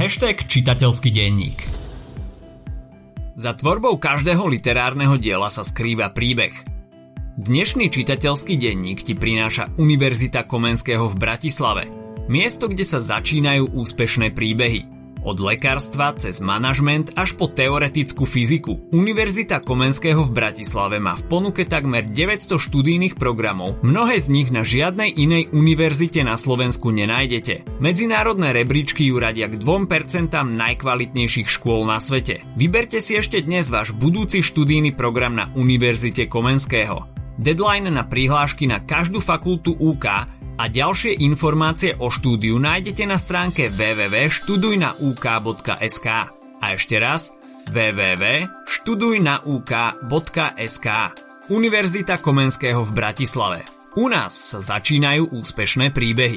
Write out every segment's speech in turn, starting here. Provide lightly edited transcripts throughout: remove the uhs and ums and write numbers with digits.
čitateľský denník. Za tvorbou každého literárneho diela sa skrýva príbeh. Dnešný čitateľský denník ti prináša Univerzita Komenského v Bratislave. Miesto, kde sa začínajú úspešné príbehy. Od lekárstva cez manažment až po teoretickú fyziku. Univerzita Komenského v Bratislave má v ponuke takmer 900 študijných programov, mnohé z nich na žiadnej inej univerzite na Slovensku nenájdete. Medzinárodné rebríčky ju radia k 2% najkvalitnejších škôl na svete. Vyberte si ešte dnes váš budúci študijný program na Univerzite Komenského. Deadline na prihlášky na každú fakultu UK a ďalšie informácie o štúdiu nájdete na stránke www.študujnauk.sk. A ešte raz www.študujnauk.sk. Univerzita Komenského v Bratislave. U nás sa začínajú úspešné príbehy.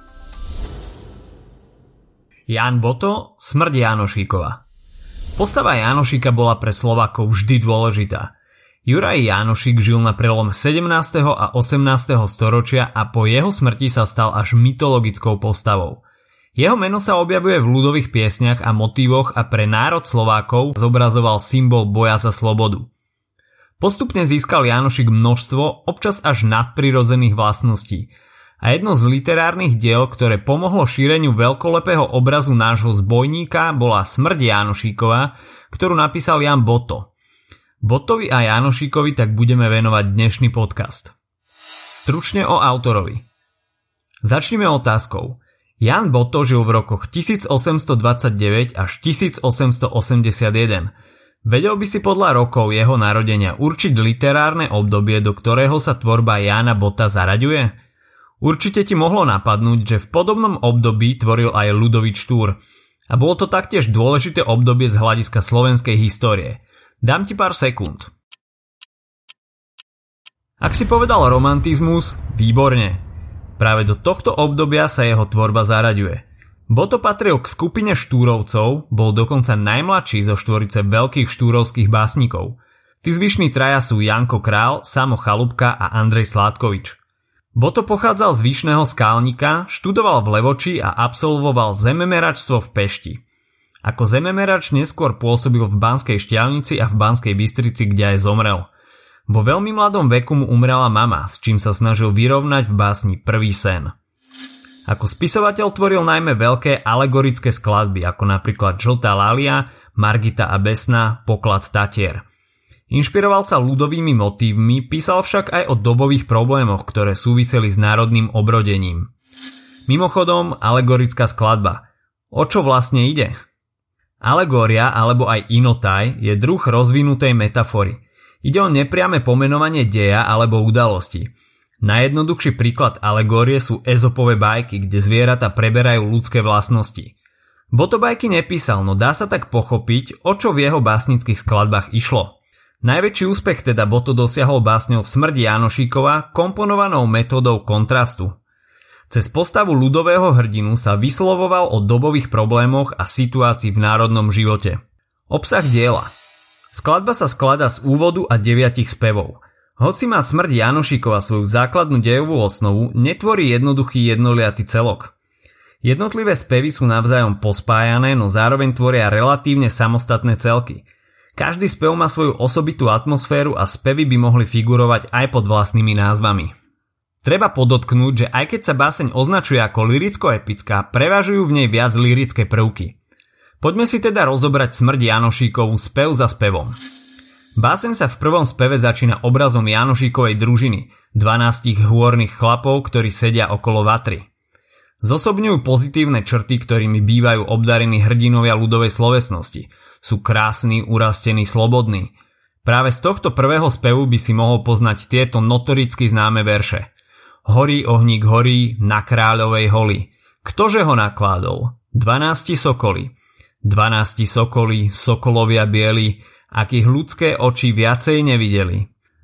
Ján Boto, smrť Jánošíkova. Postava Jánošíka bola pre Slovákov vždy dôležitá. Juraj Jánošík žil na prelome 17. a 18. storočia a po jeho smrti sa stal až mytologickou postavou. Jeho meno sa objavuje v ľudových piesniach a motívoch a pre národ Slovákov zobrazoval symbol boja za slobodu. Postupne získal Jánošík množstvo, občas až nadprirodzených vlastností. A jedno z literárnych diel, ktoré pomohlo šíreniu veľkolepého obrazu nášho zbojníka, bola Smrť Jánošíkova, ktorú napísal Ján Boto. Botovi a Jánošíkovi tak budeme venovať dnešný podcast. Stručne o autorovi. Začneme otázkou. Ján Boto žil v rokoch 1829 až 1881. Vedel by si podľa rokov jeho narodenia určiť literárne obdobie, do ktorého sa tvorba Jána Bota zaraďuje? Určite ti mohlo napadnúť, že v podobnom období tvoril aj Ľudovít Štúr. A bolo to taktiež dôležité obdobie z hľadiska slovenskej histórie. Dám ti pár sekúnd. Ak si povedal romantizmus, výborne. Práve do tohto obdobia sa jeho tvorba zaraďuje. Boto patril k skupine Štúrovcov, bol dokonca najmladší zo štvorice veľkých štúrovských básnikov. Tí zvyšní traja sú Janko Král, Samo Chalúbka a Andrej Sládkovič. Boto pochádzal z Vyšného Skálnika, študoval v Levoči a absolvoval zememeračstvo v Pešti. Ako zememerač neskôr pôsobil v Banskej Štiavnici a v Banskej Bystrici, kde aj zomrel. Vo veľmi mladom veku mu umrela mama, s čím sa snažil vyrovnať v básni Prvý sen. Ako spisovateľ tvoril najmä veľké alegorické skladby, ako napríklad Žltá lalia, Margita a Besna, Poklad Tatier. Inšpiroval sa ľudovými motívmi, písal však aj o dobových problémoch, ktoré súviseli s národným obrodením. Mimochodom, alegorická skladba. O čo vlastne ide? Alegória alebo aj inotaj je druh rozvinutej metafory. Ide o nepriame pomenovanie deja alebo udalosti. Najjednoduchší príklad alegórie sú Ezopové bajky, kde zvieratá preberajú ľudské vlastnosti. Boto bajky nepísal, no dá sa tak pochopiť, o čo v jeho básnických skladbách išlo. Najväčší úspech teda Boto dosiahol básňou Smrť Jánošíkova komponovanou metódou kontrastu. Cez postavu ľudového hrdinu sa vyslovoval o dobových problémoch a situácii v národnom živote. Obsah diela. Skladba sa skladá z úvodu a 9 spevov. Hoci má Smrť Jánošíkova svoju základnú dejovú osnovu, netvorí jednoduchý jednoliatý celok. Jednotlivé spevy sú navzájom pospájané, no zároveň tvoria relatívne samostatné celky. Každý spev má svoju osobitú atmosféru a spevy by mohli figurovať aj pod vlastnými názvami. Treba podotknúť, že aj keď sa báseň označuje ako lyricko-epická, prevažujú v nej viac lyrické prvky. Poďme si teda rozobrať Smrť Jánošíkovú spev za spevom. Báseň sa v prvom speve začína obrazom Jánošíkovej družiny, 12 hôrnych chlapov, ktorí sedia okolo vatry. Zosobňujú pozitívne črty, ktorými bývajú obdarení hrdinovia ľudovej slovesnosti. Sú krásni, urastení, slobodní. Práve z tohto prvého spevu by si mohol poznať tieto notoricky známe verše. Horí ohník horí na kráľovej holi. Ktože ho nakládol? 12 sokoly. 12 sokoly, sokolovia bieli, akých ľudské oči viacej nevideli.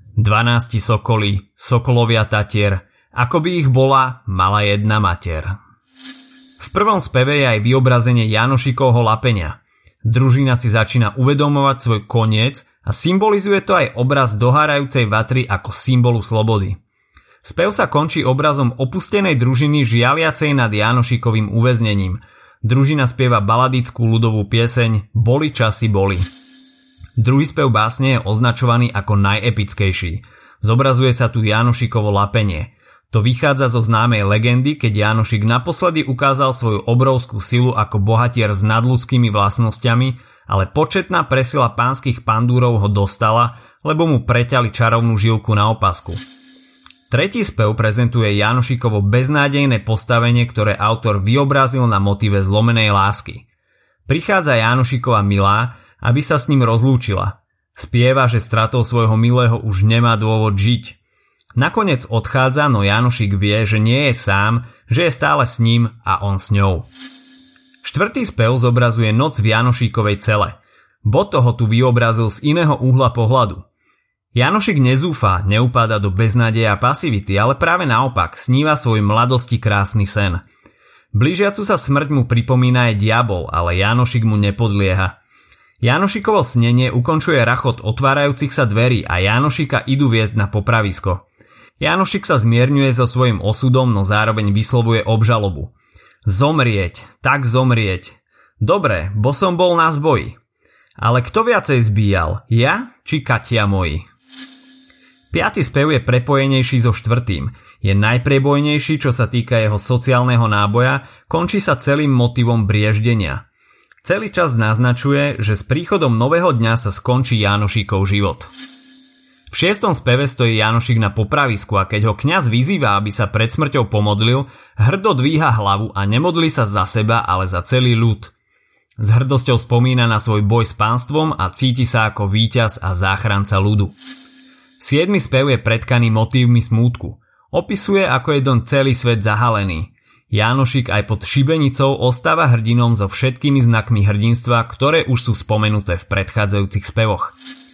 12 sokoly, sokolovia tatier, ako by ich bola mala jedna mater. V prvom speve je aj vyobrazenie Jánošíkovho lapenia. Družina si začína uvedomovať svoj koniec a symbolizuje to aj obraz dohárajúcej vatry ako symbolu slobody. Spev sa končí obrazom opustenej družiny žialiacej nad Jánošíkovým uväznením. Družina spieva baladickú ľudovú pieseň Boli časy boli. Druhý spev básne je označovaný ako najepickejší. Zobrazuje sa tu Jánošikovo lapenie. To vychádza zo známej legendy, keď Jánošik naposledy ukázal svoju obrovskú silu ako bohatier s nadľudskými vlastnosťami, ale početná presila pánskych pandúrov ho dostala, lebo mu preťali čarovnú žilku na opasku. Tretí spev prezentuje Jánošikovo beznádejné postavenie, ktoré autor vyobrazil na motíve zlomenej lásky. Prichádza Jánošikova milá, aby sa s ním rozlúčila. Spieva, že stratou svojho milého už nemá dôvod žiť. Nakoniec odchádza, no Jánošik vie, že nie je sám, že je stále s ním a on s ňou. Štvrtý spev zobrazuje noc v Jánošíkovej cele. Boto ho tu vyobrazil z iného uhla pohľadu. Jánošik nezúfa, neupáda do beznádeje a pasivity, ale práve naopak sníva svoj mladosti krásny sen. Blížiacu sa smrť mu pripomína aj diabol, ale Jánošik mu nepodlieha. Jánošikovo snenie ukončuje rachot otvárajúcich sa dverí a Jánošika idú viesť na popravisko. Jánošik sa zmierňuje so svojím osudom, no zároveň vyslovuje obžalobu. Zomrieť, tak zomrieť. Dobre, bo som bol na zboji. Ale kto viacej zbíjal, ja či Katia moji? Piaty spev je prepojenejší so štvrtým. Je najprebojnejší, čo sa týka jeho sociálneho náboja, končí sa celým motivom brieždenia. Celý čas naznačuje, že s príchodom nového dňa sa skončí Jánošíkov život. V šiestom speve stojí Jánošik na popravisku a keď ho kňaz vyzýva, aby sa pred smrťou pomodlil, hrdo dvíha hlavu a nemodlí sa za seba, ale za celý ľud. S hrdosťou spomína na svoj boj s pánstvom a cíti sa ako víťaz a záchranca ľudu. Siedmy spev je pretkaný motívmi smútku. Opisuje, ako je dom celý svet zahalený. Jánošik aj pod šibenicou ostáva hrdinom so všetkými znakmi hrdinstva, ktoré už sú spomenuté v predchádzajúcich spevoch.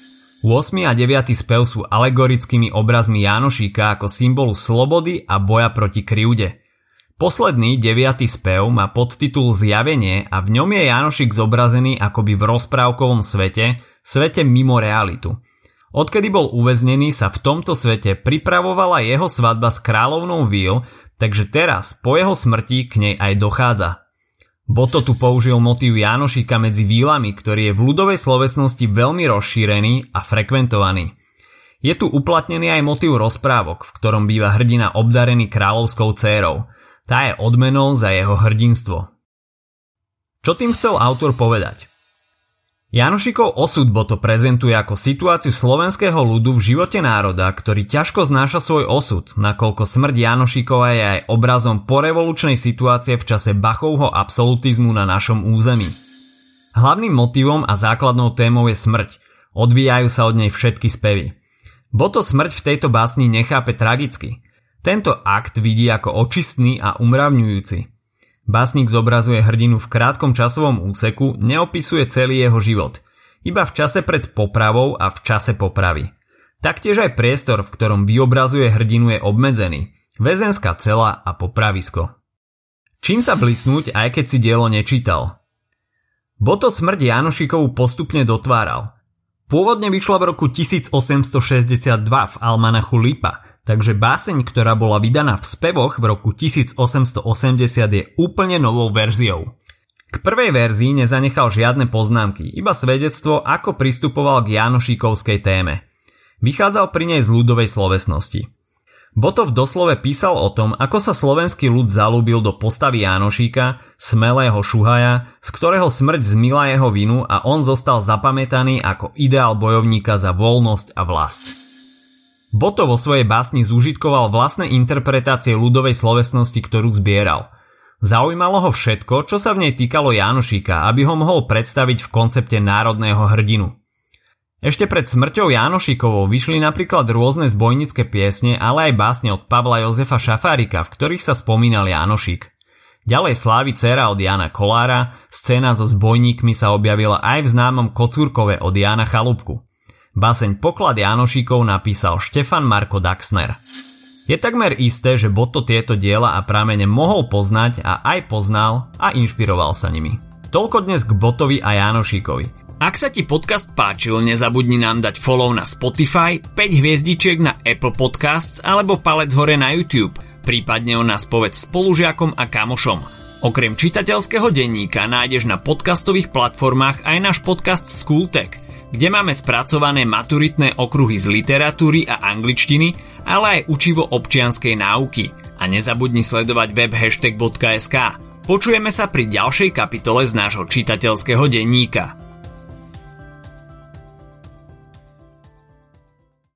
8. a 9. spev sú alegorickými obrazmi Jánošíka ako symbolu slobody a boja proti krivde. Posledný 9. spev má podtitul Zjavenie a v ňom je Jánošik zobrazený akoby v rozprávkovom svete, svete mimo realitu. Odkedy bol uväznený, sa v tomto svete pripravovala jeho svadba s kráľovnou Víl, takže teraz po jeho smrti k nej aj dochádza. Boto tu použil motív Jánošika medzi vílami, ktorý je v ľudovej slovesnosti veľmi rozšírený a frekventovaný. Je tu uplatnený aj motív rozprávok, v ktorom býva hrdina obdarený kráľovskou dcérou. Tá je odmenou za jeho hrdinstvo. Čo tým chcel autor povedať? Jánošikov osud Boto prezentuje ako situáciu slovenského ľudu v živote národa, ktorý ťažko znáša svoj osud, nakoľko smrť Jánošikova je aj obrazom porevolučnej situácie v čase Bachovho absolutizmu na našom území. Hlavným motivom a základnou témou je smrť. Odvíjajú sa od nej všetky spevy. Boto smrť v tejto básni nechápe tragicky. Tento akt vidí ako očistný a umravňujúci. Básnik zobrazuje hrdinu v krátkom časovom úseku, neopisuje celý jeho život. Iba v čase pred popravou a v čase popravy. Taktiež aj priestor, v ktorom vyobrazuje hrdinu, je obmedzený. Väzenská cela a popravisko. Čím sa blisnúť, aj keď si dielo nečítal? Boto smrť Jánošikovu postupne dotváral. Pôvodne vyšla v roku 1862 v almanachu Lipa, takže báseň, ktorá bola vydaná v spevoch v roku 1880 je úplne novou verziou. K prvej verzii nezanechal žiadne poznámky, iba svedectvo, ako pristupoval k Jánošíkovskej téme. Vychádzal pri nej z ľudovej slovesnosti. Boto v doslove písal o tom, ako sa slovenský ľud zalúbil do postavy Jánošíka, smelého šuhaja, z ktorého smrť zmila jeho vinu a on zostal zapamätaný ako ideál bojovníka za voľnosť a vlast. Boto vo svojej básni zúžitkoval vlastné interpretácie ľudovej slovesnosti, ktorú zbieral. Zaujímalo ho všetko, čo sa v nej týkalo Jánošíka, aby ho mohol predstaviť v koncepte národného hrdinu. Ešte pred smrťou Jánošíkovou vyšli napríklad rôzne zbojnícke piesne, ale aj básne od Pavla Jozefa Šafárika, v ktorých sa spomínal Jánošík. Ďalej slávy dcéra od Jána Kolára, scéna so zbojníkmi sa objavila aj v známom Kocúrkove od Jána Chalúbku. Báseň Poklad Jánošíkov napísal Štefan Marko Daxner. Je takmer isté, že Boto tieto diela a pramene mohol poznať a aj poznal a inšpiroval sa nimi. Toľko dnes k Botovi a Jánošíkovi. Ak sa ti podcast páčil, nezabudni nám dať follow na Spotify, 5 hviezdičiek na Apple Podcasts alebo palec hore na YouTube. Prípadne o nás povedz spolužiakom a kamošom. Okrem čitateľského denníka nájdeš na podcastových platformách aj náš podcast Skultek, kde máme spracované maturitné okruhy z literatúry a angličtiny, ale aj učivo občianskej náuky. A nezabudni sledovať web #hashtag.sk. Počujeme sa pri ďalšej kapitole z nášho čitateľského denníka.